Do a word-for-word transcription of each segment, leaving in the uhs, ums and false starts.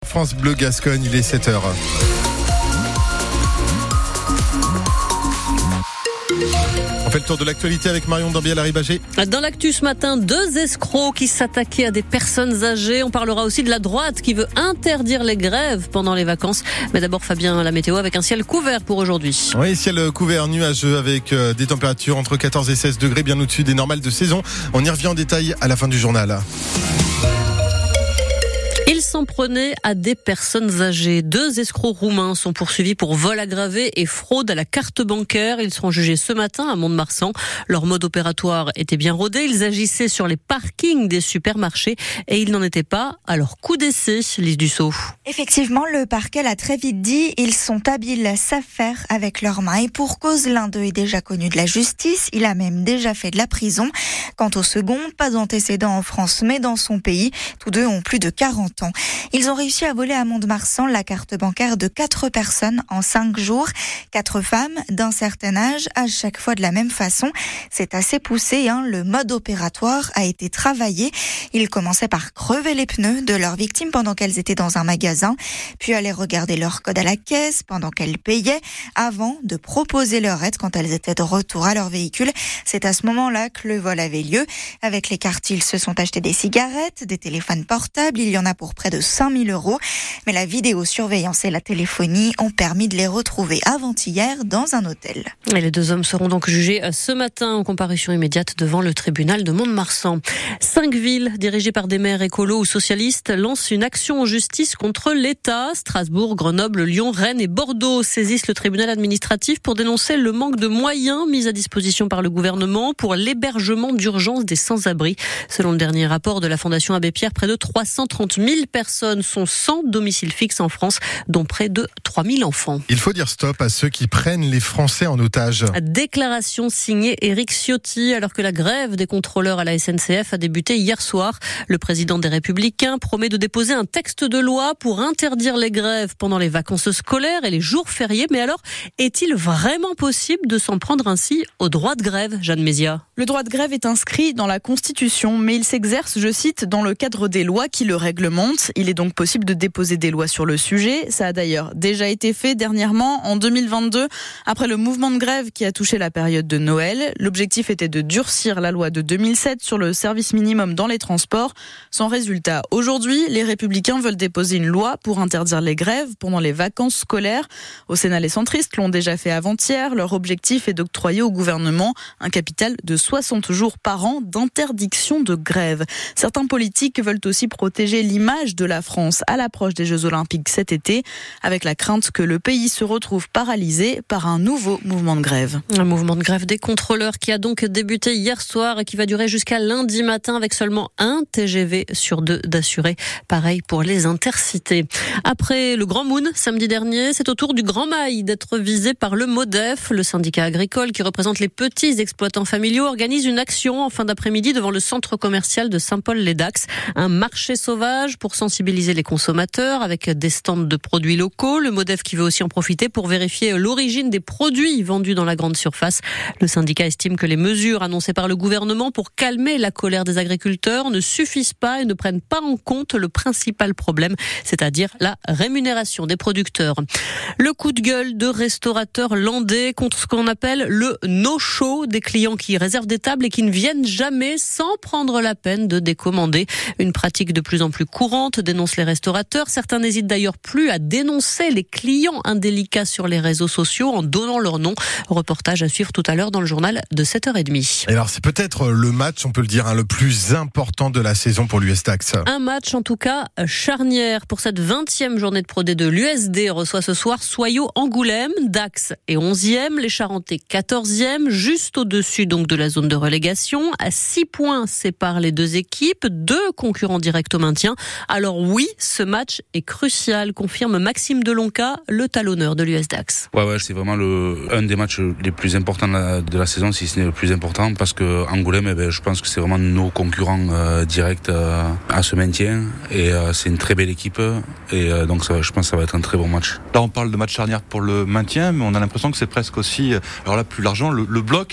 France Bleu Gascogne, il est sept heures. On fait le tour de l'actualité avec Marion Dambiel-Arribagé. Dans l'actu ce matin, deux escrocs qui s'attaquaient à des personnes âgées. On parlera aussi de la droite qui veut interdire les grèves pendant les vacances. Mais d'abord, Fabien, la météo avec un ciel couvert pour aujourd'hui. Oui, ciel couvert, nuageux avec des températures entre quatorze et seize degrés, bien au-dessus des normales de saison. On y revient en détail à la fin du journal. Ils s'en prenaient à des personnes âgées. Deux escrocs roumains sont poursuivis pour vol aggravé et fraude à la carte bancaire. Ils seront jugés ce matin à Mont-de-Marsan. Leur mode opératoire était bien rodé. Ils agissaient sur les parkings des supermarchés et ils n'en étaient pas à leur coup d'essai, Lise Dussault. Effectivement, le parquet l'a très vite dit. Ils sont habiles, savent faire avec leurs mains. Et pour cause, l'un d'eux est déjà connu de la justice. Il a même déjà fait de la prison. Quant au second, pas d'antécédent en France, mais dans son pays. Tous deux ont plus de quarante ans. Ils ont réussi à voler à Mont-de-Marsan la carte bancaire de quatre personnes en cinq jours. Quatre femmes d'un certain âge, à chaque fois de la même façon. C'est assez poussé, hein. Le mode opératoire a été travaillé. Ils commençaient par crever les pneus de leurs victimes pendant qu'elles étaient dans un magasin, puis allaient regarder leur code à la caisse pendant qu'elles payaient, avant de proposer leur aide quand elles étaient de retour à leur véhicule. C'est à ce moment-là que le vol avait lieu. Avec les cartes, ils se sont achetés des cigarettes, des téléphones portables. Il y en a pour près de cinq mille euros. Mais la vidéosurveillance et la téléphonie ont permis de les retrouver avant-hier dans un hôtel. Et les deux hommes seront donc jugés ce matin en comparution immédiate devant le tribunal de Mont-de-Marsan. Cinq villes dirigées par des maires écolos ou socialistes lancent une action en justice contre l'État. Strasbourg, Grenoble, Lyon, Rennes et Bordeaux saisissent le tribunal administratif pour dénoncer le manque de moyens mis à disposition par le gouvernement pour l'hébergement d'urgence des sans-abri. Selon le dernier rapport de la Fondation Abbé Pierre, près de trois cent trente mille personnes sont sans domicile fixe en France, dont près de trois mille enfants. Il faut dire stop à ceux qui prennent les Français en otage. Déclaration signée Éric Ciotti alors que la grève des contrôleurs à la S N C F a débuté hier soir. Le président des Républicains promet de déposer un texte de loi pour interdire les grèves pendant les vacances scolaires et les jours fériés. Mais alors, est-il vraiment possible de s'en prendre ainsi au droit de grève, Jeanne Mézia ? Le droit de grève est inscrit dans la Constitution, mais il s'exerce, je cite, dans le cadre des lois qui le réglementent. Il est donc possible de déposer des lois sur le sujet. Ça a d'ailleurs déjà été fait dernièrement, en deux mille vingt-deux, après le mouvement de grève qui a touché la période de Noël. L'objectif était de durcir la loi de deux mille sept sur le service minimum dans les transports. Sans résultat, aujourd'hui, les Républicains veulent déposer une loi pour interdire les grèves pendant les vacances scolaires. Au Sénat, les centristes l'ont déjà fait avant-hier. Leur objectif est d'octroyer au gouvernement un capital de soixante jours par an d'interdiction de grève. Certains politiques veulent aussi protéger l'image de la France à l'approche des Jeux Olympiques cet été, avec la crainte que le pays se retrouve paralysé par un nouveau mouvement de grève. Un mouvement de grève des contrôleurs qui a donc débuté hier soir et qui va durer jusqu'à lundi matin avec seulement un T G V sur deux d'assurés. Pareil pour les intercités. Après le Grand Moon, samedi dernier, c'est au tour du Grand Mail d'être visé par le MODEF. Le syndicat agricole qui représente les petits exploitants familiaux organise une action en fin d'après-midi devant le centre commercial de Saint-Paul-les-Dax. Un marché sauvage pour sensibiliser les consommateurs avec des stands de produits locaux. Le MODEF qui veut aussi en profiter pour vérifier l'origine des produits vendus dans la grande surface. Le syndicat estime que les mesures annoncées par le gouvernement pour calmer la colère des agriculteurs ne suffisent pas et ne prennent pas en compte le principal problème, c'est-à-dire la rémunération des producteurs. Le coup de gueule de restaurateurs landais contre ce qu'on appelle le no-show, des clients qui réservent des tables et qui ne viennent jamais sans prendre la peine de décommander. Une pratique de plus en plus courante, dénoncent les restaurateurs. Certains n'hésitent d'ailleurs plus à dénoncer les clients indélicats sur les réseaux sociaux en donnant leur nom. Reportage à suivre tout à l'heure dans le journal de sept heures trente. Et alors c'est peut-être le match, on peut le dire, hein, le plus important de la saison pour l'U S Dax. Un match en tout cas charnière pour cette vingtième journée de Pro D deux. L'U S D reçoit ce soir Soyaux Angoulême. Dax est onzième, les Charentais quatorzième, juste au-dessus donc de la zone de relégation. À six points séparent les deux équipes, deux concurrents directs au maintien. Alors oui, ce match est crucial, confirme Maxime Delonca, le talonneur de l'U S Dax. Ouais, ouais, c'est vraiment le, un des matchs les plus importants de la, de la saison, si ce n'est le plus important, parce que Angoulême, eh ben, je pense que c'est vraiment nos concurrents euh, directs euh, à ce maintien, et euh, c'est une très belle équipe, et euh, donc ça, je pense que ça va être un très bon match. Là, on parle de match charnière pour le maintien, mais on a l'impression que c'est presque aussi, alors là, plus largement, le, le bloc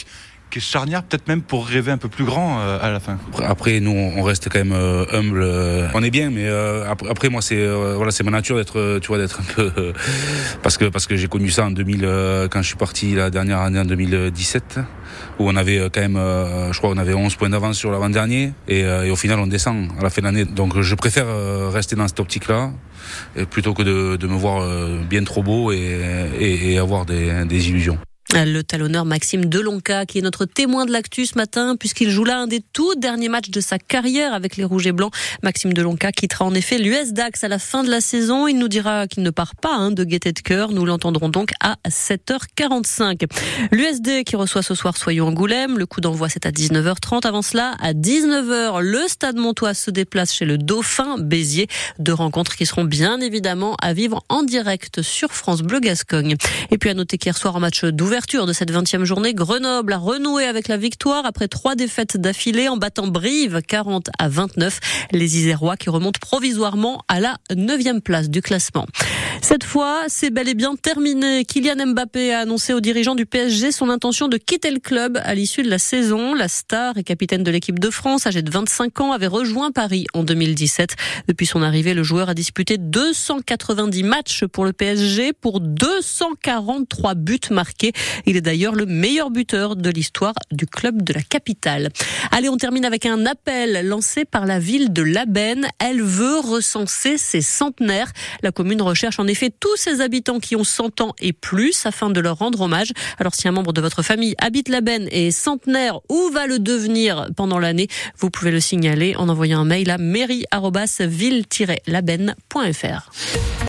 qui est charnière, peut-être même pour rêver un peu plus grand euh, à la fin. Après, nous, on reste quand même euh, humble. Euh, on est bien, mais euh, après, après, moi, c'est euh, voilà, c'est ma nature d'être, euh, tu vois, d'être un peu euh, parce que parce que j'ai connu ça en deux mille euh, quand je suis parti la dernière année en deux mille dix-sept, où on avait quand même, euh, je crois, on avait onze points d'avance sur l'avant-dernier, et, euh, et au final, on descend à la fin de l'année. Donc, je préfère euh, rester dans cette optique-là, plutôt que de, de me voir euh, bien trop beau et, et, et avoir des, des illusions. Le talonneur Maxime Delonca, qui est notre témoin de l'actu ce matin, puisqu'il joue là un des tout derniers matchs de sa carrière avec les Rouges et Blancs. Maxime Delonca quittera en effet l'U S Dax à la fin de la saison. Il nous dira qu'il ne part pas hein, de gaieté de cœur. Nous l'entendrons donc à sept heures quarante-cinq. L'U S D qui reçoit ce soir Soyons-Angoulême. Le coup d'envoi, c'est à dix-neuf heures trente. Avant cela, à dix-neuf heures, le Stade Montois se déplace chez le Dauphin Béziers. Deux rencontres qui seront bien évidemment à vivre en direct sur France Bleu Gascogne. Et puis à noter qu'hier soir, en match d'ouverture de cette vingtième journée, Grenoble a renoué avec la victoire après trois défaites d'affilée en battant Brive quarante à vingt-neuf. Les Isérois qui remontent provisoirement à la neuvième place du classement. Cette fois, c'est bel et bien terminé. Kylian Mbappé a annoncé aux dirigeants du P S G son intention de quitter le club à l'issue de la saison. La star et capitaine de l'équipe de France, âgé de vingt-cinq ans, avait rejoint Paris en deux mille dix-sept. Depuis son arrivée, le joueur a disputé deux cent quatre-vingt-dix matchs pour le P S G pour deux cent quarante-trois buts marqués. Il est d'ailleurs le meilleur buteur de l'histoire du club de la capitale. Allez, on termine avec un appel lancé par la ville de Labenne. Elle veut recenser ses centenaires. La commune recherche en effet tous ses habitants qui ont cent ans et plus afin de leur rendre hommage. Alors si un membre de votre famille habite Labenne et est centenaire ou va le devenir pendant l'année, vous pouvez le signaler en envoyant un mail à mairie arobase ville tiret labenne point f r.